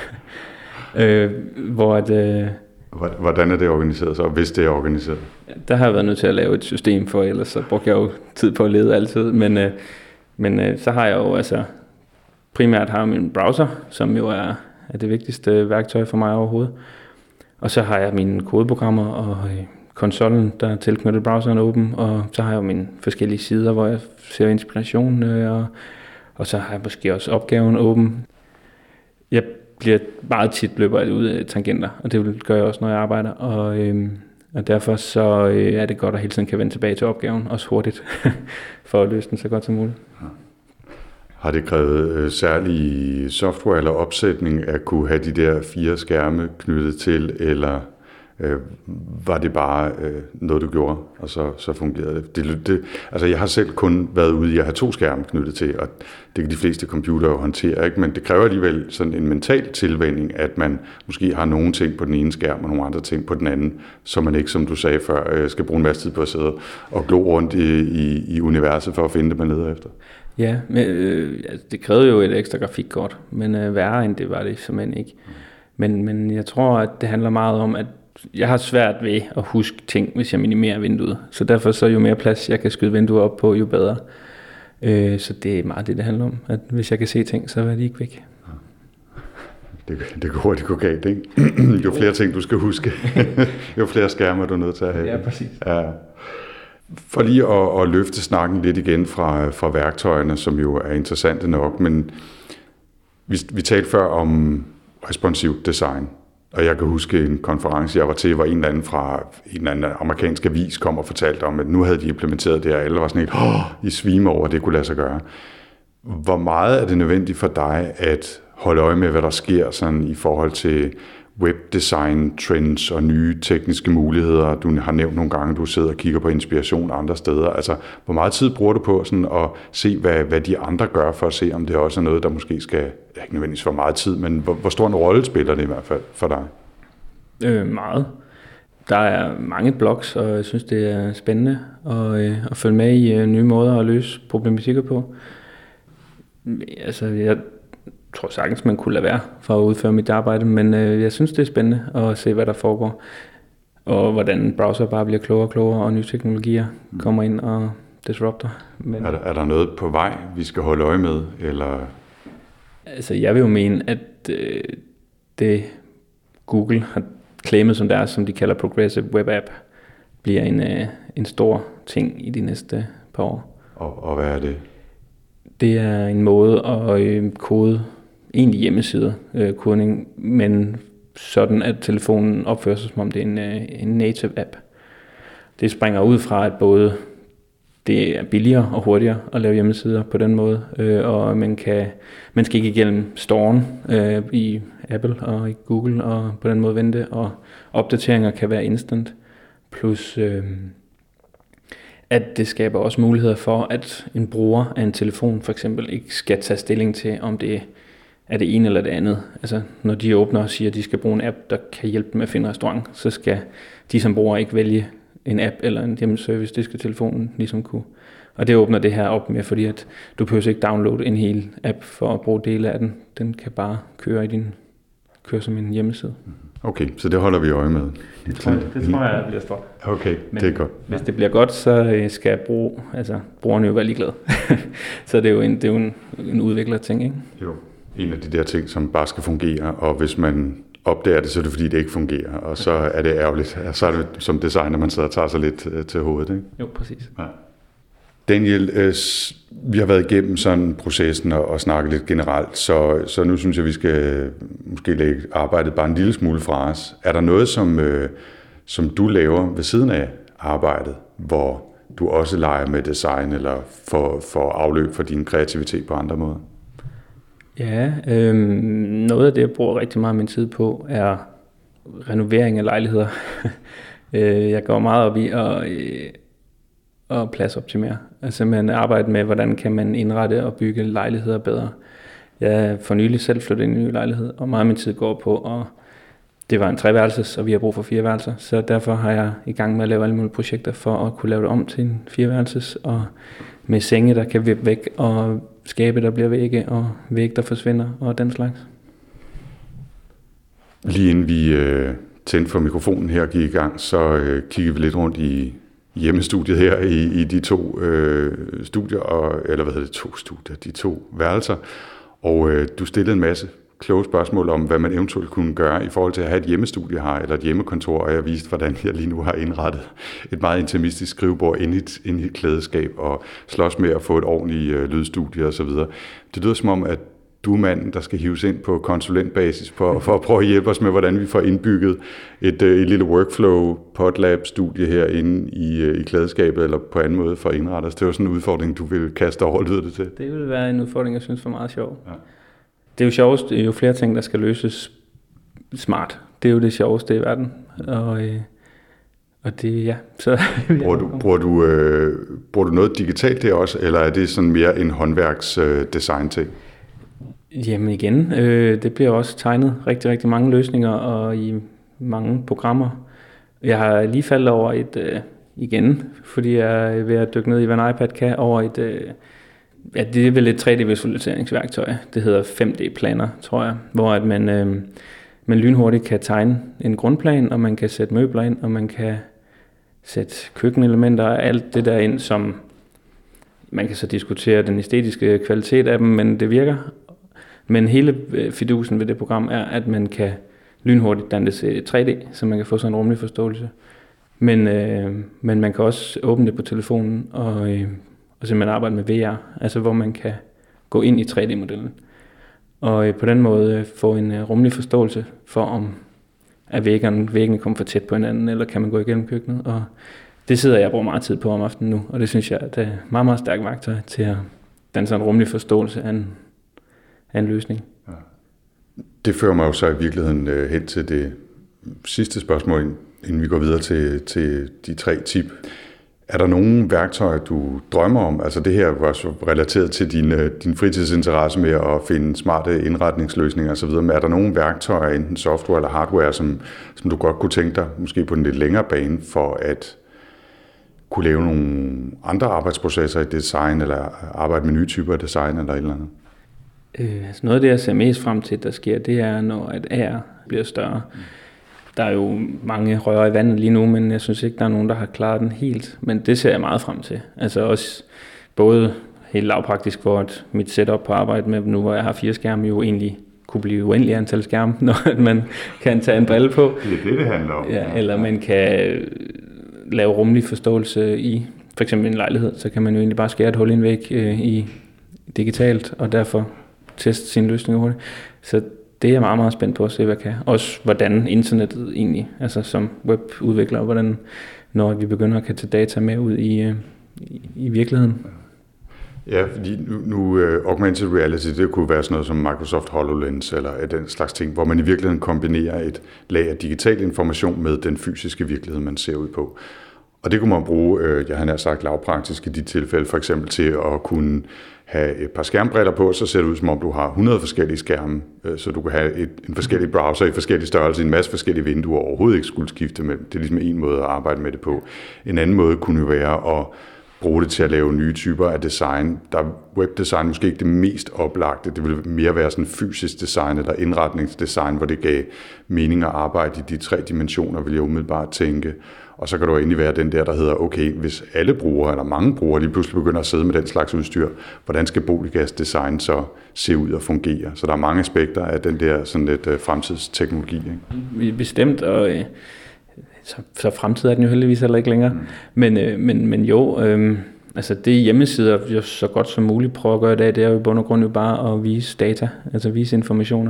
øh, hvor at øh, hvordan er det organiseret så, hvis det er organiseret? Der har jeg været nødt til at lave et system for, ellers så brugte jeg jo tid på at lede altid. Men øh, men øh, så har jeg jo altså primært har jeg min browser, som jo er, er det vigtigste værktøj for mig overhovedet. Og så har jeg mine kodeprogrammer og øh, konsollen, der er tilknyttet browseren åben, og så har jeg jo mine forskellige sider, hvor jeg ser inspiration, øh, og, og så har jeg måske også opgaven åben. Jeg bliver meget tit løber ud af tangenter, og det gør jeg også, når jeg arbejder, og, øh, og derfor så øh, er det godt at hele tiden kan vende tilbage til opgaven, også hurtigt, for at løse den så godt som muligt. Har det krævet øh, særlig software eller opsætning at kunne have de der fire skærme knyttet til, eller øh, var det bare øh, noget, du gjorde, og så, så fungerede det? det, det altså, jeg har selv kun været ude i at have to skærme knyttet til, og det kan de fleste computere jo håndtere, ikke? Men det kræver alligevel sådan en mental tilvænning, at man måske har nogle ting på den ene skærm, og nogle andre ting på den anden, så man ikke, som du sagde før, øh, skal bruge en masse tid på at sidde og glo rundt i, i, i universet for at finde det, man leder efter. Ja, men, øh, det krævede jo et ekstra grafikkort, men øh, værre end det var det simpelthen ikke. Men, men jeg tror, at det handler meget om, at jeg har svært ved at huske ting, hvis jeg minimerer vinduet. Så derfor så jo mere plads, jeg kan skyde vinduet op på, jo bedre. Øh, så det er meget det, det handler om. At hvis jeg kan se ting, så er de ikke væk. Det, det kan hurtigt gå galt, ikke? Jo flere ting, du skal huske, jo flere skærme du er nødt til at have. Ja, præcis. Ja. For lige at, at løfte snakken lidt igen fra, fra værktøjerne, som jo er interessante nok, men vi, vi talte før om responsivt design, Og jeg kan huske en konference, jeg var til, hvor en eller anden fra en eller anden amerikansk avis kom og fortalte om, at nu havde de implementeret det, og alle var sådan helt oh, i svime over, at det kunne lade sig gøre. Hvor meget er det nødvendigt for dig at holde øje med, hvad der sker sådan i forhold til webdesign, trends og nye tekniske muligheder? Du har nævnt nogle gange, du sidder og kigger på inspiration andre steder. Altså, hvor meget tid bruger du på sådan at se, hvad, hvad de andre gør, for at se, om det også er noget, der måske skal, ikke nødvendigvis for meget tid, men hvor, hvor stor en rolle spiller det i hvert fald for dig? Øh, meget. Der er mange blogs, og jeg synes, det er spændende at, øh, at følge med i øh, nye måder at løse problematikker på. Altså, jeg tror sagtens, man kunne lade være for at udføre mit arbejde, men øh, jeg synes, det er spændende at se, hvad der foregår, og hvordan browser bare bliver klogere og klogere, og nye teknologier kommer ind og disrupter. Men, er, der, er der noget på vej, vi skal holde øje med? Eller? Altså, jeg vil jo mene, at øh, det Google har claimet som deres, som de kalder Progressive Web App, bliver en, øh, en stor ting i de næste par år. Og, og hvad er det? Det er en måde at øh, kode egentlig hjemmesider, øh, kodning, men sådan at telefonen opfører sig som om det er en, øh, en native app. Det springer ud fra, at både det er billigere og hurtigere at lave hjemmesider på den måde, øh, og man, kan, man skal ikke igennem storen øh, i Apple og i Google og på den måde vente, og opdateringer kan være instant, plus øh, at det skaber også muligheder for, at en bruger af en telefon for eksempel ikke skal tage stilling til, om det er det ene eller det andet. Altså, når de åbner og siger, at de skal bruge en app, der kan hjælpe dem med at finde en restaurant, så skal de som bruger ikke vælge en app eller en hjemmeservice, det skal telefonen ligesom kunne. Og det åbner det her op med, fordi at du behøver ikke downloade en hel app for at bruge dele af den. Den kan bare køre i din køre som en hjemmeside. Okay, så det holder vi øje med. Det tror jeg, det tror jeg bliver stort. Okay, men det er godt. Hvis det bliver godt, så skal jeg bruge, altså brugerne jo være ligeglade. Så det er jo en, det er jo en, en udvikler ting, ikke? Jo, en af de der ting, som bare skal fungere, og hvis man opdager det, så er det fordi, det ikke fungerer, og så er det ærgerligt. Så er det som designer, man sidder og tager sig lidt til hovedet, ikke? Jo, præcis. Ja. Daniel, øh, vi har været igennem sådan processen og, og snakket lidt generelt, så, så nu synes jeg, vi skal måske lægge arbejdet bare en lille smule fra os. Er der noget, som, øh, som du laver ved siden af arbejdet, hvor du også leger med design eller får, får afløb for din kreativitet på andre måder? Ja, øh, noget af det, jeg bruger rigtig meget af min tid på, er renovering af lejligheder. Jeg går meget op i at... og pladsoptimere. Altså man arbejder med, hvordan kan man indrette og bygge lejligheder bedre. Jeg for nylig selv flyttet ind i en ny lejlighed, og meget af min tid går på, og det var en treværelses, og vi har brug for fire værelser, så derfor har jeg i gang med at lave alle mulige projekter for at kunne lave det om til en fireværelses, og med senge, der kan vippe væk, og skabe, der bliver vægge, og væg, der forsvinder, og den slags. Lige inden vi øh, tændte for mikrofonen her og gik i gang, så øh, kiggede vi lidt rundt i hjemmestudiet her i, i de to øh, studier, og, eller hvad hedder det, to studier, de to værelser, og øh, du stillede en masse kloge spørgsmål om, hvad man eventuelt kunne gøre i forhold til at have et hjemmestudie her, eller et hjemmekontor, og jeg viste, hvordan jeg lige nu har indrettet et meget intimistisk skrivebord inde i et, inde i et klædeskab, og slås med at få et ordentligt øh, lydstudie osv. Det lyder som om, at du er manden, der skal hives ind på konsulentbasis for, for at prøve at hjælpe os med, hvordan vi får indbygget et, et lille workflow podlab-studie herinde i, i klædeskabet, eller på anden måde for at indrette os. Det var sådan en udfordring, du ville kaste over, lyder det til? Det ville være en udfordring, jeg synes var meget sjov. Ja. Det er jo sjovest, det er jo flere ting, der skal løses smart. Det er jo det sjoveste i verden. Og, og det, ja. Så, bruger, du, bruger, du, øh, bruger du noget digitalt der også, eller er det sådan mere en håndværks-design-ting? Jamen igen, øh, det bliver også tegnet rigtig, rigtig mange løsninger og i mange programmer. Jeg har lige faldet over et, øh, igen, fordi jeg er ved at dykke ned i, hvad en iPad kan, over et, øh, ja, det er vel et tre D-visualiseringsværktøj. Det hedder fem D-planer, tror jeg, hvor at man, øh, man lynhurtigt kan tegne en grundplan, og man kan sætte møbler ind, og man kan sætte køkkenelementer og alt det der ind, som man kan så diskutere den æstetiske kvalitet af dem, men det virker. Men hele fidusen ved det program er, at man kan lynhurtigt danne det til tre D, så man kan få sådan en rummelig forståelse. Men, øh, men man kan også åbne det på telefonen og, øh, og simpelthen arbejde med V R, altså hvor man kan gå ind i tre D-modellen. Og øh, på den måde få en øh, rummelig forståelse for, om er væggene, væggene kommer for tæt på hinanden, eller kan man gå igennem køkkenet, og det sidder jeg og bruger meget tid på om aftenen nu, og det synes jeg er et meget, meget stærkt værktøj til at danne sådan en rummelig forståelse af en, af en løsning. Ja. Det fører mig jo så i virkeligheden hen til det sidste spørgsmål, inden vi går videre til, til de tre tip. Er der nogle værktøjer, du drømmer om? Altså det her var så relateret til din, din fritidsinteresse med at finde smarte indretningsløsninger osv. Men er der nogle værktøjer, enten software eller hardware, som, som du godt kunne tænke dig, måske på en lidt længere bane, for at kunne lave nogle andre arbejdsprocesser i design, eller arbejde med nye typer af design, eller et eller andet? Øh, altså noget af det, jeg ser mest frem til, der sker, det er, når at A R bliver større. Mm. Der er jo mange rører i vandet lige nu, men jeg synes ikke, der er nogen, der har klaret den helt. Men det ser jeg meget frem til. Altså også både helt lavpraktisk, hvor at mit setup på arbejde med nu, hvor jeg har fire skærme, jo egentlig kunne blive uendelig antal skærme, når man kan tage en brille på. Det er det, det handler om. Ja, eller man kan lave rummelig forståelse i for eksempel en lejlighed, så kan man jo egentlig bare skære et hul i en væg øh, i digitalt, og derfor teste sine løsninger hurtigt. Så det er jeg meget, meget spændt på at se, hvad jeg kan. Også hvordan internettet egentlig, altså som webudvikler, hvordan når vi begynder at kan tage data med ud i, i, i virkeligheden. Ja, fordi nu, nu uh, augmented reality, det kunne være sådan noget som Microsoft HoloLens eller den slags ting, hvor man i virkeligheden kombinerer et lag af digital information med den fysiske virkelighed, man ser ud på. Og det kunne man bruge, øh, jeg har nær sagt lavpraktisk i de tilfælde, for eksempel til at kunne have et par skærmbriller på, så ser det ud som om du har hundrede forskellige skærme, øh, så du kan have et, en forskellig browser i forskellige størrelser, en masse forskellige vinduer, overhovedet ikke skulle skifte med. Det er ligesom en måde at arbejde med det på. En anden måde kunne jo være at bruge det til at lave nye typer af design. Der er webdesign måske ikke det mest oplagte. Det vil mere være sådan fysisk design eller indretningsdesign, hvor det gav mening at arbejde i de tre dimensioner, vil jeg umiddelbart tænke. Og så kan det jo egentlig være den der, der hedder, okay, hvis alle brugere eller mange brugere lige pludselig begynder at sidde med den slags udstyr, hvordan skal boliggasdesign så se ud og fungere? Så der er mange aspekter af den der sådan lidt uh, fremtidsteknologi. Ikke? Bestemt, og øh, så, så fremtid er den jo heldigvis heller ikke længere. Mm. Men, øh, men, men jo, øh, altså det hjemmesider jo så godt som muligt prøver at gøre i dag, det er jo i bund og grund jo bare at vise data, altså vise informationer.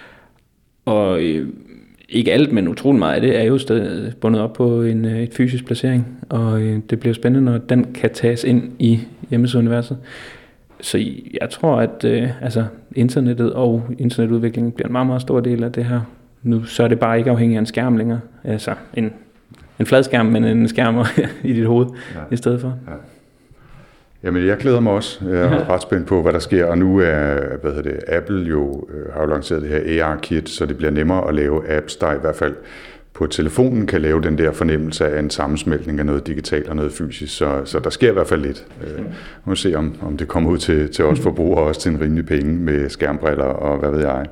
Og øh, ikke alt, men utrolig meget af det er jo stadig bundet op på en et fysisk placering, og det bliver spændende, når den kan tages ind i hjemmesideuniverset. Så jeg tror, at øh, altså, internettet og internetudviklingen bliver en meget, meget stor del af det her. Nu så er det bare ikke afhængig af en skærm længere, altså en, en flad skærm, men en skærm i dit hoved ja. i stedet for. Ja. Jamen, jeg glæder mig også. Jeg er ret spændt på, hvad der sker. Og nu er, hvad hedder det, Apple jo, øh, har jo lanceret det her A R-kit, så det bliver nemmere at lave apps, der i hvert fald på telefonen kan lave den der fornemmelse af en sammensmeltning af noget digitalt og noget fysisk. Så, så der sker i hvert fald lidt. Øh, vi må se, om, om det kommer ud til, til os forbrugere, også til en rimelig penge med skærmbriller og hvad ved jeg.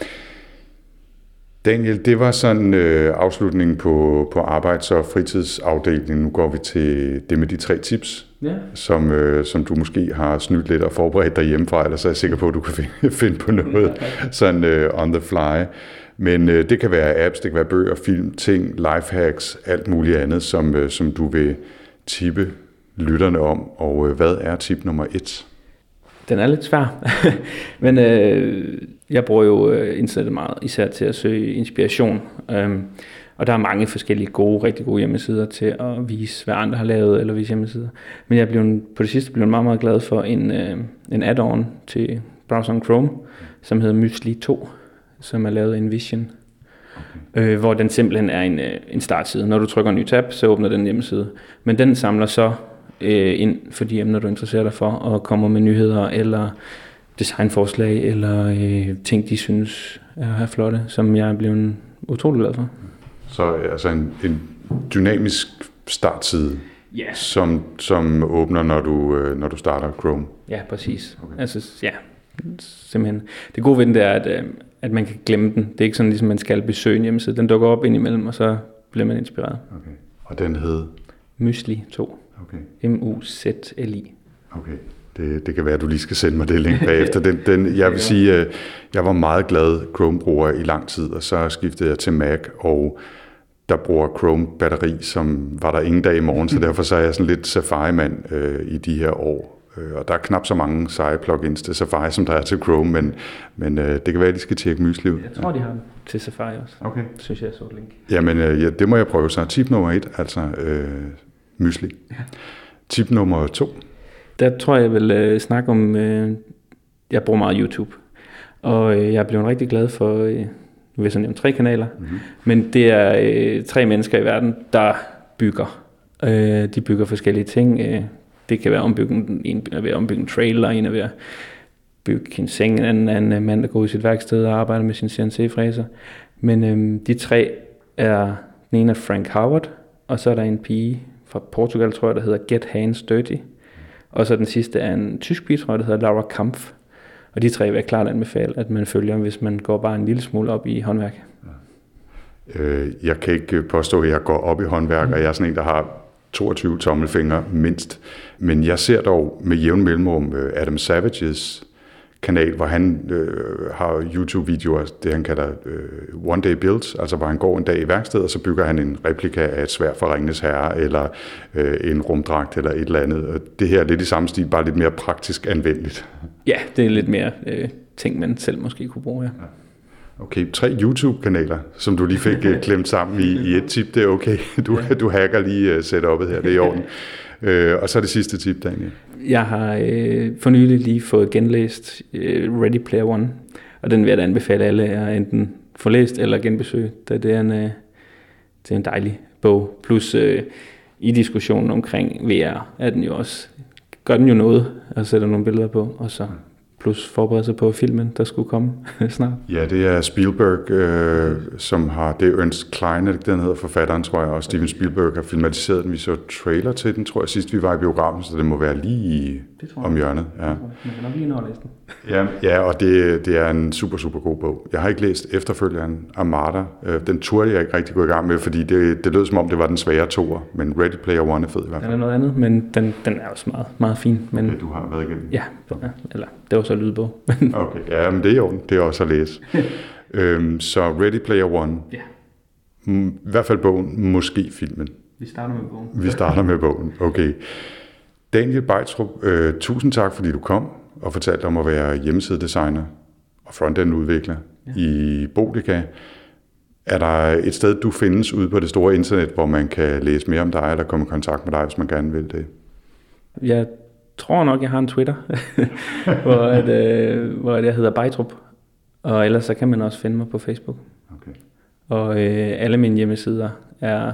Daniel, det var sådan øh, afslutningen på, på arbejds- og fritidsafdelingen. Nu går vi til det med de tre tips, ja. som, øh, som du måske har snydt lidt og forberedt dig hjemmefra, ellers er jeg sikker på, at du kan finde, finde på noget sådan øh, on the fly. Men øh, det kan være apps, det kan være bøger, film, ting, lifehacks, alt muligt andet, som, øh, som du vil tippe lytterne om. Og øh, hvad er tip nummer et? Den er lidt svær, men øh, jeg bruger jo øh, internettet meget, især til at søge inspiration. Øhm, og der er mange forskellige gode, rigtig gode hjemmesider til at vise, hvad andre har lavet, eller vise hjemmesider. Men jeg blev på det sidste blevet meget, meget glad for en, øh, en add-on til browseren Chrome, som hedder Mysli to, som er lavet i InVision. Okay. Øh, hvor den simpelthen er en, en startside. Når du trykker en ny tab, så åbner den hjemmeside. Men den samler så øh, ind for de emner, du interesserer dig for, og kommer med nyheder, eller designforslag, eller øh, ting, de synes er flotte, som jeg er blevet utrolig glad for. Så altså en, en dynamisk startside, yeah. som, som åbner, når du, øh, når du starter Chrome? Ja, præcis. Okay. Altså, ja, simpelthen. Det gode ved den, det er, at, at man kan glemme den. Det er ikke sådan, ligesom man skal besøge en hjemmeside. Den dukker op ind imellem, og så bliver man inspireret. Okay. Og den hed? Mysli to. Okay. M U Z L I. Okay. Det, det kan være, at du lige skal sende mig det link bagefter. Den, den, jeg vil sige, at jeg var meget glad Chrome-bruger i lang tid, og så skiftede jeg til Mac, og der bruger Chrome batteri, som var der ingen dag i morgen, så derfor så er jeg sådan lidt Safari-mand øh, i de her år. og der er knap så mange seje plugins til Safari, som der er til Chrome, men, men det kan være, at de skal tjekke Mysli ud. Jeg tror, de har den til Safari også. Okay. Det synes jeg, jeg så et link. Jamen, ja, det må jeg prøve så. Tip nummer et, altså øh, Mysli. Ja. Tip nummer to. Der tror jeg vil øh, snakke om, øh, jeg bruger meget YouTube, og øh, jeg er blevet rigtig glad for, øh, nu vil jeg så nævne tre kanaler, mm-hmm. men det er øh, tre mennesker i verden, der bygger. Øh, de bygger forskellige ting. Øh, det kan være ombyggen, en er ved at ombygge en trailer, en er ved at bygge en seng, en anden er en mand, der går ud i sit værksted og arbejder med sin C N C-fræser. Men øh, de tre er, den ene er Frank Howard, og så er der en pige fra Portugal, tror jeg, der hedder Get Hands Dirty. Og så den sidste er en tysk pige, tror jeg, der hedder Laura Kampf. Og de tre vil jeg klart anbefale, at man følger, hvis man går bare en lille smule op i håndværk. Jeg kan ikke påstå, at jeg går op i håndværk, og jeg er sådan en, der har toogtyve tommelfingre mindst. Men jeg ser dog med jævn mellemrum Adam Savages kanal, hvor han øh, har YouTube-videoer, det han kalder øh, One Day Builds, altså hvor han går en dag i værkstedet, og så bygger han en replika af et sværd fra Ringenes Herre, eller øh, en rumdragt, eller et eller andet. Og det her er lidt i samme stil, bare lidt mere praktisk anvendeligt. Ja, det er lidt mere øh, ting, man selv måske kunne bruge, ja. Okay, tre YouTube-kanaler, som du lige fik uh, klemt sammen i, i et tip, det er okay. Du, ja. du hacker lige uh, setup'et her, det er i orden. Uh, og så det sidste tip, Daniel. Jeg har øh, for nylig lige fået genlæst øh, Ready Player One, og den vil jeg da anbefale alle at enten få læst eller genbesøge, da det er en, øh, det er en dejlig bog. Plus øh, i diskussionen omkring V R er den jo også, gør den jo noget, og sætter nogle billeder på, og så plus forberede sig på filmen, der skulle komme snart. Ja, det er Spielberg, øh, som har, det er Ernst Cline, den hedder forfatteren, tror jeg, og Steven Spielberg har filmatiseret den. Vi så trailer til den, tror jeg, sidst vi var i biografen, så det må være lige om hjørnet. Ja. Man kan nok lige nå at læse den. Ja, ja, og det, det er en super, super god bog. Jeg har ikke læst efterfølgeren Armada. Den turde jeg ikke rigtig gå i gang med, fordi det, det lød som om, det var den svære toer, men Ready Player One er fed i hvert fald. Den er noget andet, men den, den er også meget, meget fin. Men okay, du har været igennem? Ja, eller det var så lydbog. Okay, ja, men det er jo det er også at læse. øhm, så Ready Player One. Ja. I hvert fald bogen, måske filmen. Vi starter med bogen. Vi starter med bogen, okay. Daniel Beistrup, øh, tusind tak, fordi du kom og fortalte om at være hjemmesidedesigner og frontend-udvikler ja. i Bolica. Er der et sted, du findes ude på det store internet, hvor man kan læse mere om dig, eller komme i kontakt med dig, hvis man gerne vil det? Jeg tror nok, jeg har en Twitter, hvor, at, øh, hvor jeg hedder Beistrup. Og ellers så kan man også finde mig på Facebook. Okay. Og øh, alle mine hjemmesider er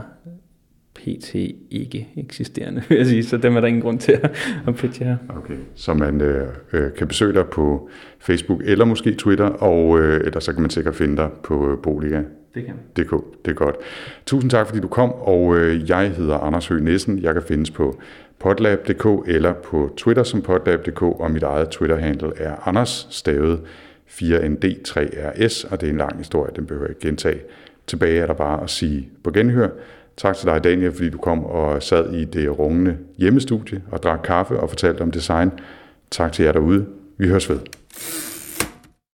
pt. Ikke eksisterende, vil jeg sige, så dem er der ingen grund til at, at pitche her. Okay, så man øh, kan besøge dig på Facebook eller måske Twitter, og øh, ellers så kan man sikkert finde dig på Bolica. Det kan det, det er godt. Tusind tak, fordi du kom, og øh, jeg hedder Anders Høgh Nissen. Jeg kan findes på podlab punktum d k eller på Twitter som podlab punktum d k, og mit eget Twitter-handle er Anders, stavet fire N D tre R S, og det er en lang historie, den behøver jeg ikke gentage. Tilbage er der bare at sige på genhør. Tak til dig, Daniel, fordi du kom og sad i det rungende hjemmestudie og drak kaffe og fortalte om design. Tak til jer derude. Vi høres ved.